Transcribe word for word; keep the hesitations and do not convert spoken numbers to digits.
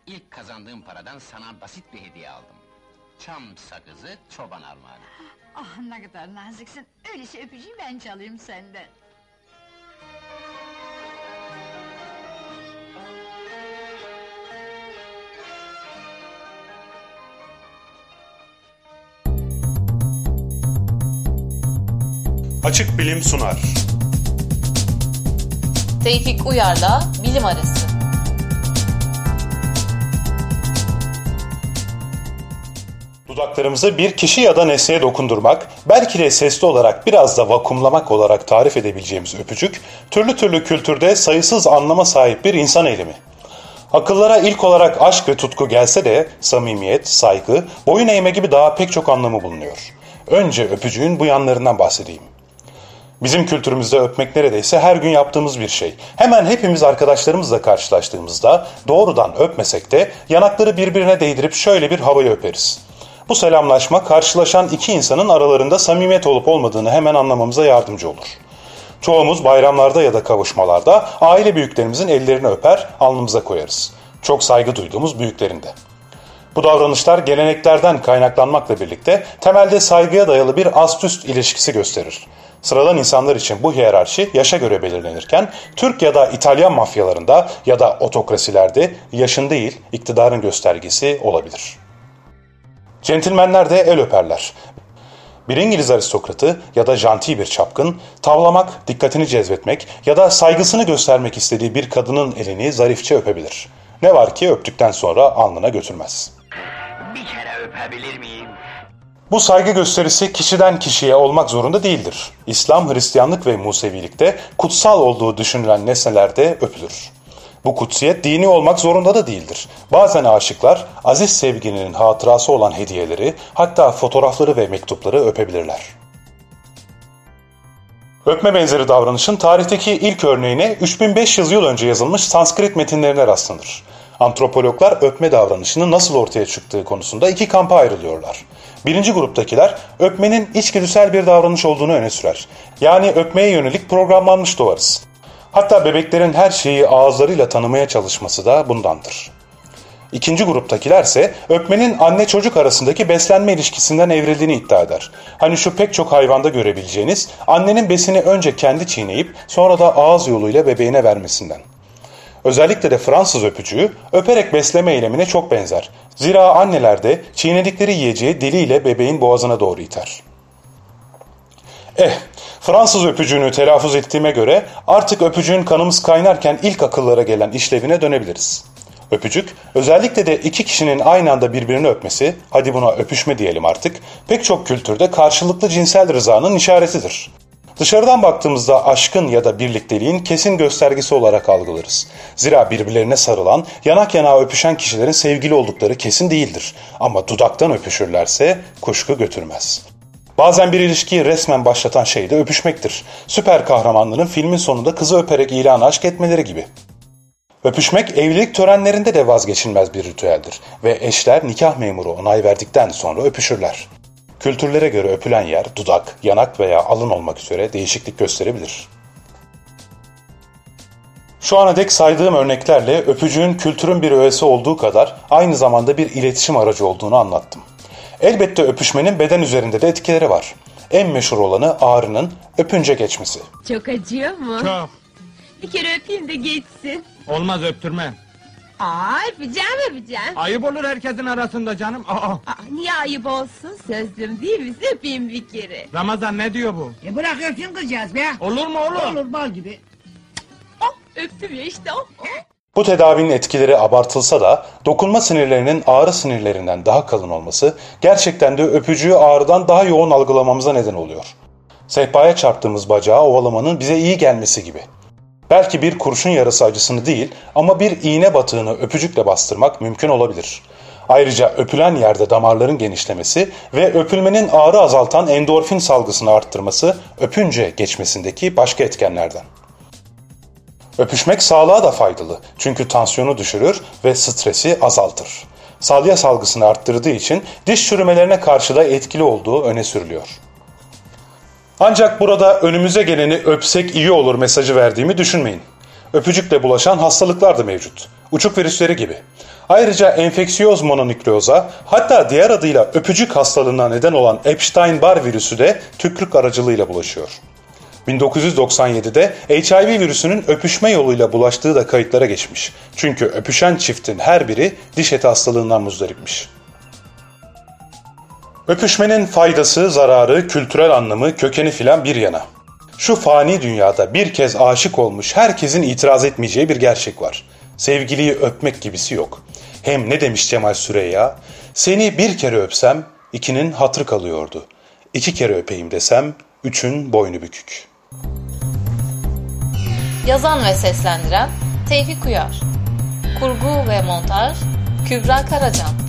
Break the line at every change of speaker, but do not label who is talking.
İlk kazandığım paradan sana basit bir hediye aldım. Çam sakızı çoban armağanı.
Ah, ne kadar naziksin. Öyleyse öpücüğü ben çalayım senden.
Açık Bilim sunar.
Tevfik Uyar'la Bilim Arası.
Dudaklarımızı bir kişi ya da nesneye dokundurmak, belki de sesli olarak biraz da vakumlamak olarak tarif edebileceğimiz öpücük, türlü türlü kültürde sayısız anlama sahip bir insan eylemi. Akıllara ilk olarak aşk ve tutku gelse de samimiyet, saygı, boyun eğme gibi daha pek çok anlamı bulunuyor. Önce öpücüğün bu yanlarından bahsedeyim. Bizim kültürümüzde öpmek neredeyse her gün yaptığımız bir şey. Hemen hepimiz arkadaşlarımızla karşılaştığımızda doğrudan öpmesek de yanakları birbirine değdirip şöyle bir havayı öperiz. Bu selamlaşma karşılaşan iki insanın aralarında samimiyet olup olmadığını hemen anlamamıza yardımcı olur. Çoğumuz bayramlarda ya da kavuşmalarda aile büyüklerimizin ellerini öper, alnımıza koyarız. Çok saygı duyduğumuz büyüklerinde. Bu davranışlar geleneklerden kaynaklanmakla birlikte temelde saygıya dayalı bir ast-üst ilişkisi gösterir. Sıradan insanlar için bu hiyerarşi yaşa göre belirlenirken Türk ya da İtalyan mafyalarında ya da otokrasilerde yaşın değil iktidarın göstergesi olabilir. Centilmenler de el öperler. Bir İngiliz aristokratı ya da janti bir çapkın, tavlamak, dikkatini cezbetmek ya da saygısını göstermek istediği bir kadının elini zarifçe öpebilir. Ne var ki öptükten sonra alnına götürmez.
Bir kere öpebilir miyim?
Bu saygı gösterisi kişiden kişiye olmak zorunda değildir. İslam, Hristiyanlık ve Musevilikte kutsal olduğu düşünülen nesnelerde öpülür. Bu kutsiyet dini olmak zorunda da değildir. Bazen aşıklar aziz sevgilinin hatırası olan hediyeleri, hatta fotoğrafları ve mektupları öpebilirler. Öpme benzeri davranışın tarihteki ilk örneğine üç bin beş yüz yıl önce yazılmış Sanskrit metinlerine rastlanır. Antropologlar öpme davranışının nasıl ortaya çıktığı konusunda iki kampa ayrılıyorlar. Birinci gruptakiler öpmenin içgüdüsel bir davranış olduğunu öne sürer. Yani öpmeye yönelik programlanmış doğarız. Hatta bebeklerin her şeyi ağızlarıyla tanımaya çalışması da bundandır. İkinci gruptakiler ise öpmenin anne çocuk arasındaki beslenme ilişkisinden evrildiğini iddia eder. Hani şu pek çok hayvanda görebileceğiniz annenin besini önce kendi çiğneyip sonra da ağız yoluyla bebeğine vermesinden. Özellikle de Fransız öpücüğü öperek besleme eylemine çok benzer. Zira anneler de çiğnedikleri yiyeceği diliyle bebeğin boğazına doğru iter. Eh, Fransız öpücüğünü telaffuz ettiğime göre artık öpücüğün kanımız kaynarken ilk akıllara gelen işlevine dönebiliriz. Öpücük, özellikle de iki kişinin aynı anda birbirini öpmesi, hadi buna öpüşme diyelim artık, pek çok kültürde karşılıklı cinsel rızanın işaretidir. Dışarıdan baktığımızda aşkın ya da birlikteliğin kesin göstergesi olarak algılarız. Zira birbirlerine sarılan, yanak yanağa öpüşen kişilerin sevgili oldukları kesin değildir. Ama dudaktan öpüşürlerse kuşku götürmez. Bazen bir ilişkiyi resmen başlatan şey de öpüşmektir. Süper kahramanların filmin sonunda kızı öperek ilan aşk etmeleri gibi. Öpüşmek evlilik törenlerinde de vazgeçilmez bir ritüeldir ve eşler nikah memuru onay verdikten sonra öpüşürler. Kültürlere göre öpülen yer dudak, yanak veya alın olmak üzere değişiklik gösterebilir. Şu ana dek saydığım örneklerle öpücüğün kültürün bir öğesi olduğu kadar aynı zamanda bir iletişim aracı olduğunu anlattım. Elbette öpüşmenin beden üzerinde de etkileri var. En meşhur olanı ağrının öpünce geçmesi.
Çok acıyor mu?
Çok.
Bir kere öpeyim de geçsin.
Olmaz, öptürmem.
Aa, öpeceğim öpeceğim.
Ayıp olur herkesin arasında canım. Aa,
Aa, niye ayıp olsun? Sözlüm değil mi? Öpeyim bir kere.
Ramazan ne diyor bu?
E bırak öpsün kızcağız be.
Olur mu olur?
Olur bal gibi.
Oh, öptüm ya işte oh. oh.
Bu tedavinin etkileri abartılsa da dokunma sinirlerinin ağrı sinirlerinden daha kalın olması gerçekten de öpücüğü ağrıdan daha yoğun algılamamıza neden oluyor. Sehpaya çarptığımız bacağı ovalamanın bize iyi gelmesi gibi. Belki bir kurşun yarası acısını değil ama bir iğne batığını öpücükle bastırmak mümkün olabilir. Ayrıca öpülen yerde damarların genişlemesi ve öpülmenin ağrı azaltan endorfin salgısını arttırması öpünce geçmesindeki başka etkenlerden. Öpüşmek sağlığa da faydalı çünkü tansiyonu düşürür ve stresi azaltır. Salya salgısını arttırdığı için diş çürümelerine karşı da etkili olduğu öne sürülüyor. Ancak burada önümüze geleni öpsek iyi olur mesajı verdiğimi düşünmeyin. Öpücükle bulaşan hastalıklar da mevcut. Uçuk virüsleri gibi. Ayrıca enfeksiyoz mononükleoza, hatta diğer adıyla öpücük hastalığına neden olan Epstein-Barr virüsü de tükürük aracılığıyla bulaşıyor. bin dokuz yüz doksan yedide H I V virüsünün öpüşme yoluyla bulaştığı da kayıtlara geçmiş. Çünkü öpüşen çiftin her biri diş eti hastalığından muzdaripmiş. Öpüşmenin faydası, zararı, kültürel anlamı, kökeni filan bir yana. Şu fani dünyada bir kez aşık olmuş herkesin itiraz etmeyeceği bir gerçek var. Sevgiliyi öpmek gibisi yok. Hem ne demiş Cemal Süreyya? Seni bir kere öpsem ikinin hatırı kalıyordu. İki kere öpeyim desem üçün boynu bükük.
Yazan ve seslendiren Tevfik Uyar. Kurgu ve montaj Kübra Karacan.